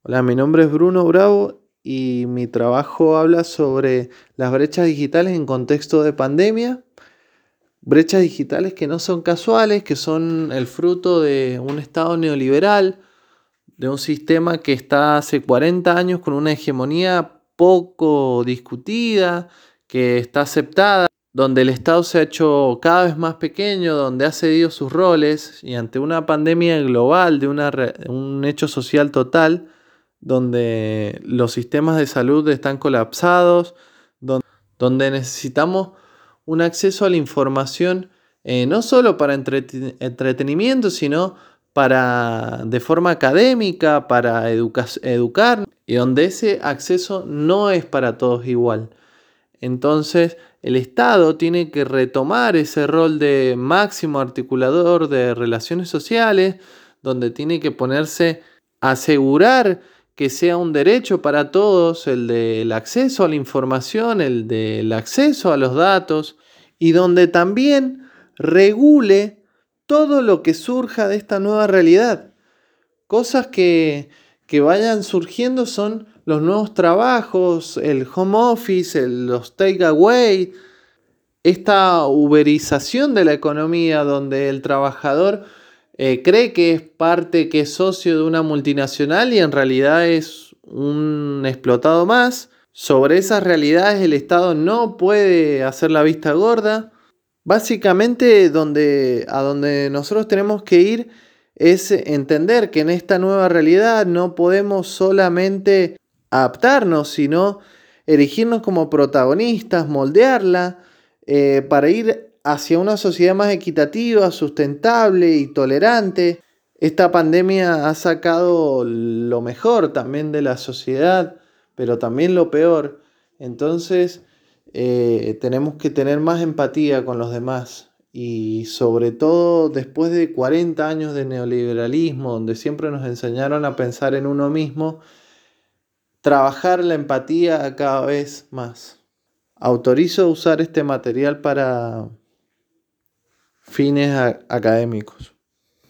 Hola, mi nombre es Bruno Bravo y mi trabajo habla sobre las brechas digitales en contexto de pandemia. Brechas digitales que no son casuales, que son el fruto de un Estado neoliberal, de un sistema que está hace 40 años con una hegemonía poco discutida, que está aceptada, donde el Estado se ha hecho cada vez más pequeño, donde ha cedido sus roles y ante una pandemia global, de un hecho social total, donde los sistemas de salud están colapsados, donde necesitamos un acceso a la información no solo para entretenimiento, sino para de forma académica, para educar, y donde ese acceso no es para todos igual. Entonces, el Estado tiene que retomar ese rol de máximo articulador de relaciones sociales, donde tiene que ponerse a asegurar que sea un derecho para todos el del acceso a la información, el del acceso a los datos, y donde también regule todo lo que surja de esta nueva realidad. Cosas que vayan surgiendo son los nuevos trabajos, el home office, los takeaway, esta uberización de la economía donde el trabajador cree que es parte, que es socio de una multinacional y en realidad es un explotado más. Sobre esas realidades el Estado no puede hacer la vista gorda. Básicamente a donde nosotros tenemos que ir es entender que en esta nueva realidad no podemos solamente adaptarnos, sino erigirnos como protagonistas, moldearla para ir hacia una sociedad más equitativa, sustentable y tolerante. Esta pandemia ha sacado lo mejor también de la sociedad, pero también lo peor. Entonces, tenemos que tener más empatía con los demás y sobre todo después de 40 años de neoliberalismo, donde siempre nos enseñaron a pensar en uno mismo, trabajar la empatía cada vez más. Autorizo usar este material para fines académicos.